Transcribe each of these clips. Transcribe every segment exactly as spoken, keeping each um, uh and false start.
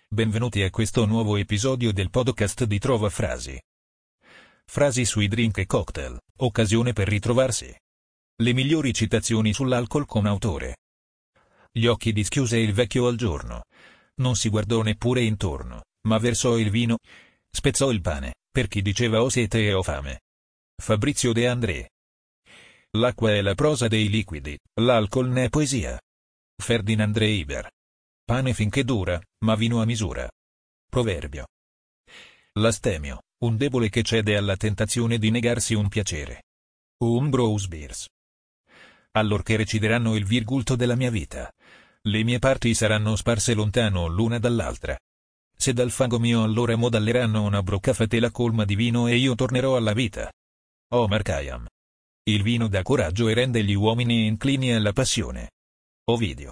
Benvenuti a questo nuovo episodio del podcast di Trova Frasi. Frasi sui drink e cocktail, occasione per ritrovarsi. Le migliori citazioni sull'alcol con autore. Gli occhi dischiuse il vecchio al giorno. Non si guardò neppure intorno, ma versò il vino, spezzò il pane, per chi diceva ho sete e ho fame. Fabrizio De André. L'acqua è la prosa dei liquidi, l'alcol ne è poesia. Ferdinand Reiber. Pane finché dura, ma vino a misura. Proverbio. L'astemio, un debole che cede alla tentazione di negarsi un piacere. Ambrose Bierce. Allorché recideranno il virgulto della mia vita, le mie parti saranno sparse lontano l'una dall'altra. Se dal fango mio allora modelleranno una broccafatela colma di vino e io tornerò alla vita. Omar Khayyam. Il vino dà coraggio e rende gli uomini inclini alla passione. Ovidio.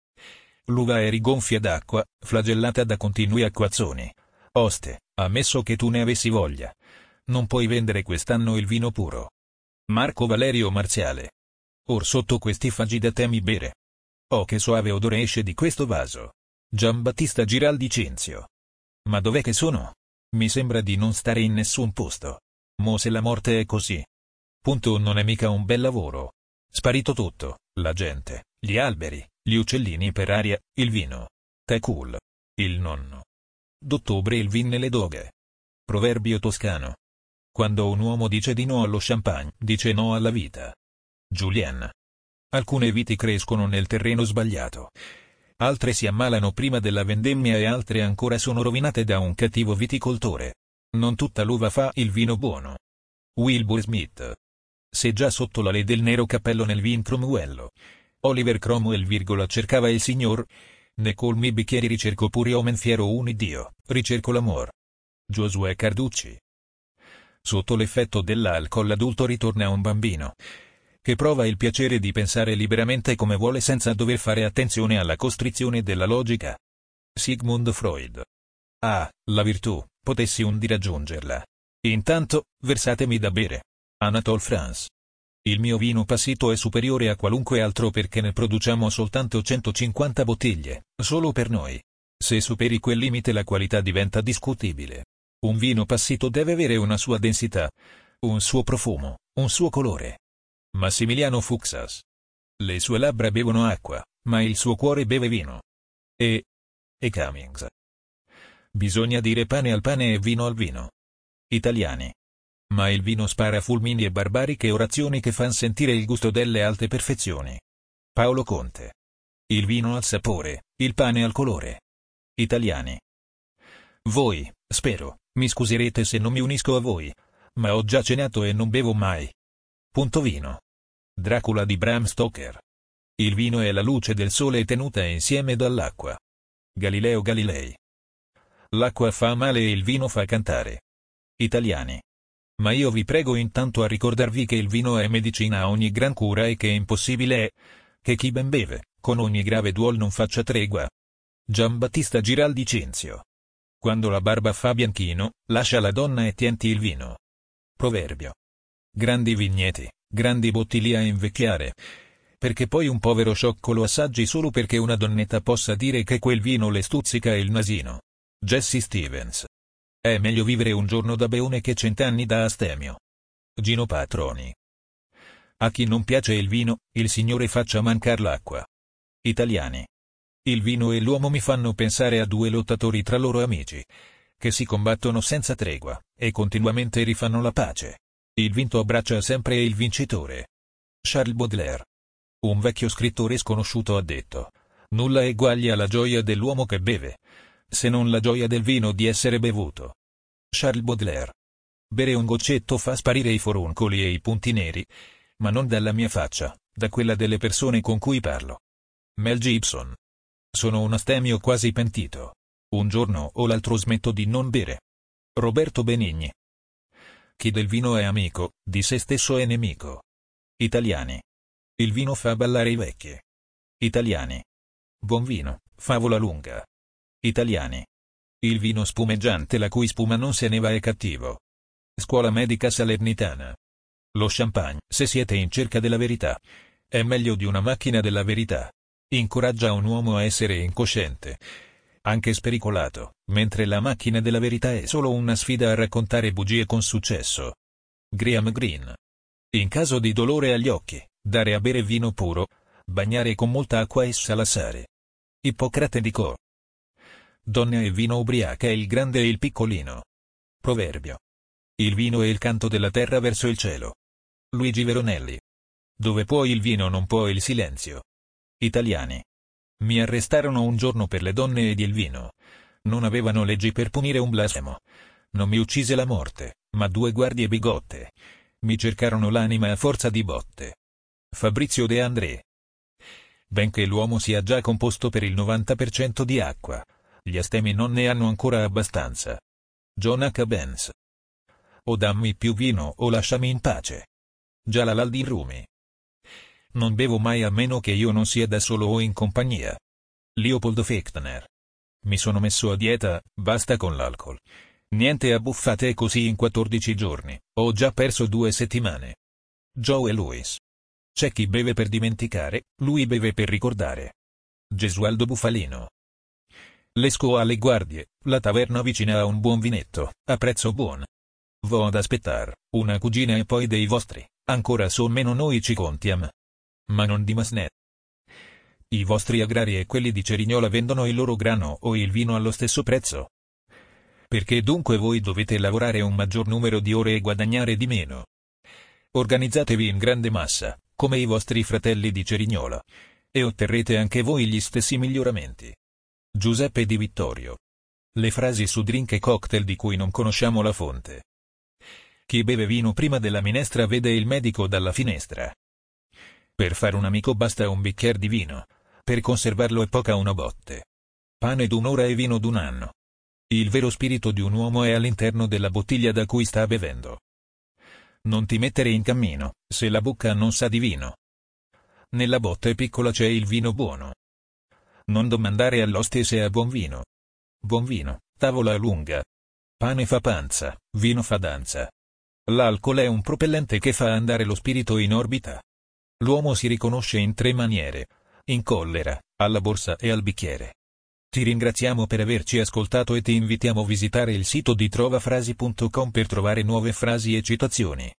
L'uva è rigonfia d'acqua, flagellata da continui acquazzoni. Oste, ammesso che tu ne avessi voglia. Non puoi vendere quest'anno il vino puro. Marco Valerio Marziale. Or sotto questi faggi da te mi bere. Oh che soave odore esce di questo vaso. Giambattista Giraldi Cinzio. Ma dov'è che sono? Mi sembra di non stare in nessun posto. Mo se la morte è così. Punto non è mica un bel lavoro. Sparito tutto, la gente, gli alberi, gli uccellini per aria, il vino. Te cool. Il nonno. D'ottobre il vin nelle doghe. Proverbio toscano. Quando un uomo dice di no allo champagne, dice no alla vita. Julien. Alcune viti crescono nel terreno sbagliato. Altre si ammalano prima della vendemmia e altre ancora sono rovinate da un cattivo viticoltore. Non tutta l'uva fa il vino buono. Wilbur Smith. Se già sotto la lei del nero cappello nel vin Cromwell. Oliver Cromwell, virgola, cercava il Signor. Ne colmi bicchieri ricerco pure omen fiero un Dio, ricerco l'amor. Giosuè Carducci. Sotto l'effetto dell'alcol l'adulto ritorna un bambino, che prova il piacere di pensare liberamente come vuole senza dover fare attenzione alla costrizione della logica. Sigmund Freud. Ah, la virtù, potessi un di raggiungerla. Intanto, versatemi da bere. Anatole France. Il mio vino passito è superiore a qualunque altro perché ne produciamo soltanto centocinquanta bottiglie, solo per noi. Se superi quel limite la qualità diventa discutibile. Un vino passito deve avere una sua densità, un suo profumo, un suo colore. Massimiliano Fuxas. Le sue labbra bevono acqua, ma il suo cuore beve vino. E... e Cummings. Bisogna dire pane al pane e vino al vino. Italiani. Ma il vino spara fulmini e barbariche orazioni che fan sentire il gusto delle alte perfezioni. Paolo Conte. Il vino al sapore, il pane al colore. Italiani. Voi, spero, mi scuserete se non mi unisco a voi, ma ho già cenato e non bevo mai. Punto vino. Dracula di Bram Stoker. Il vino è la luce del sole tenuta insieme dall'acqua. Galileo Galilei. L'acqua fa male e il vino fa cantare. Italiani. Ma io vi prego intanto a ricordarvi che il vino è medicina a ogni gran cura e che impossibile è che chi ben beve, con ogni grave duol non faccia tregua. Giambattista Giraldi Cinzio. Quando la barba fa bianchino, lascia la donna e tienti il vino. Proverbio. Grandi vigneti, grandi bottiglie a invecchiare, perché poi un povero sciocco lo assaggi solo perché una donnetta possa dire che quel vino le stuzzica il nasino. Jesse Stevens. È meglio vivere un giorno da beone che cent'anni da astemio. Gino Patroni. A chi non piace il vino, il Signore faccia mancar l'acqua. Italiani. Il vino e l'uomo mi fanno pensare a due lottatori tra loro amici, che si combattono senza tregua, e continuamente rifanno la pace. Il vinto abbraccia sempre il vincitore. Charles Baudelaire. Un vecchio scrittore sconosciuto ha detto: nulla eguaglia la gioia dell'uomo che beve, se non la gioia del vino di essere bevuto. Charles Baudelaire. Bere un goccetto fa sparire i foruncoli e i punti neri, ma non dalla mia faccia, da quella delle persone con cui parlo. Mel Gibson. Sono un astemio quasi pentito. Un giorno o l'altro smetto di non bere. Roberto Benigni. Chi del vino è amico, di se stesso è nemico. Italiani. Il vino fa ballare i vecchi. Italiani. Buon vino, favola lunga. Italiani. Il vino spumeggiante la cui spuma non se ne va è cattivo. Scuola medica salernitana. Lo champagne, se siete in cerca della verità, è meglio di una macchina della verità. Incoraggia un uomo a essere incosciente, anche spericolato, mentre la macchina della verità è solo una sfida a raccontare bugie con successo. Graham Greene. In caso di dolore agli occhi, dare a bere vino puro, bagnare con molta acqua e salassare. Ippocrate dico. Donna e vino ubriaca il grande e il piccolino. Proverbio. Il vino è il canto della terra verso il cielo. Luigi Veronelli. Dove può il vino non può il silenzio. Italiani. Mi arrestarono un giorno per le donne ed il vino. Non avevano leggi per punire un blasfemo. Non mi uccise la morte, ma due guardie bigotte. Mi cercarono l'anima a forza di botte. Fabrizio De André. Benché l'uomo sia già composto per il novanta per cento di acqua, gli astemi non ne hanno ancora abbastanza. John H. Benz. O dammi più vino o lasciami in pace. Jalaluddin Rumi. Non bevo mai a meno che io non sia da solo o in compagnia. Leopold Fechner. Mi sono messo a dieta, basta con l'alcol. Niente abbuffate così in quattordici giorni, ho già perso due settimane. Joe Louis. C'è chi beve per dimenticare, lui beve per ricordare. Gesualdo Bufalino. L'esco alle guardie, la taverna vicina a un buon vinetto, a prezzo buono. Vo ad aspettar, una cugina e poi dei vostri, ancora son meno noi ci contiam. Ma non di Masnet. I vostri agrari e quelli di Cerignola vendono il loro grano o il vino allo stesso prezzo. Perché dunque voi dovete lavorare un maggior numero di ore e guadagnare di meno. Organizzatevi in grande massa, come i vostri fratelli di Cerignola, e otterrete anche voi gli stessi miglioramenti. Giuseppe Di Vittorio. Le frasi su drink e cocktail di cui non conosciamo la fonte. Chi beve vino prima della minestra vede il medico dalla finestra. Per fare un amico basta un bicchiere di vino, per conservarlo è poca una botte. Pane d'un'ora e vino d'un anno. Il vero spirito di un uomo è all'interno della bottiglia da cui sta bevendo. Non ti mettere in cammino, se la bocca non sa di vino. Nella botte piccola c'è il vino buono. Non domandare all'oste se ha buon vino. Buon vino, tavola lunga. Pane fa panza, vino fa danza. L'alcol è un propellente che fa andare lo spirito in orbita. L'uomo si riconosce in tre maniere: in collera, alla borsa e al bicchiere. Ti ringraziamo per averci ascoltato e ti invitiamo a visitare il sito di trovafrasi punto com per trovare nuove frasi e citazioni.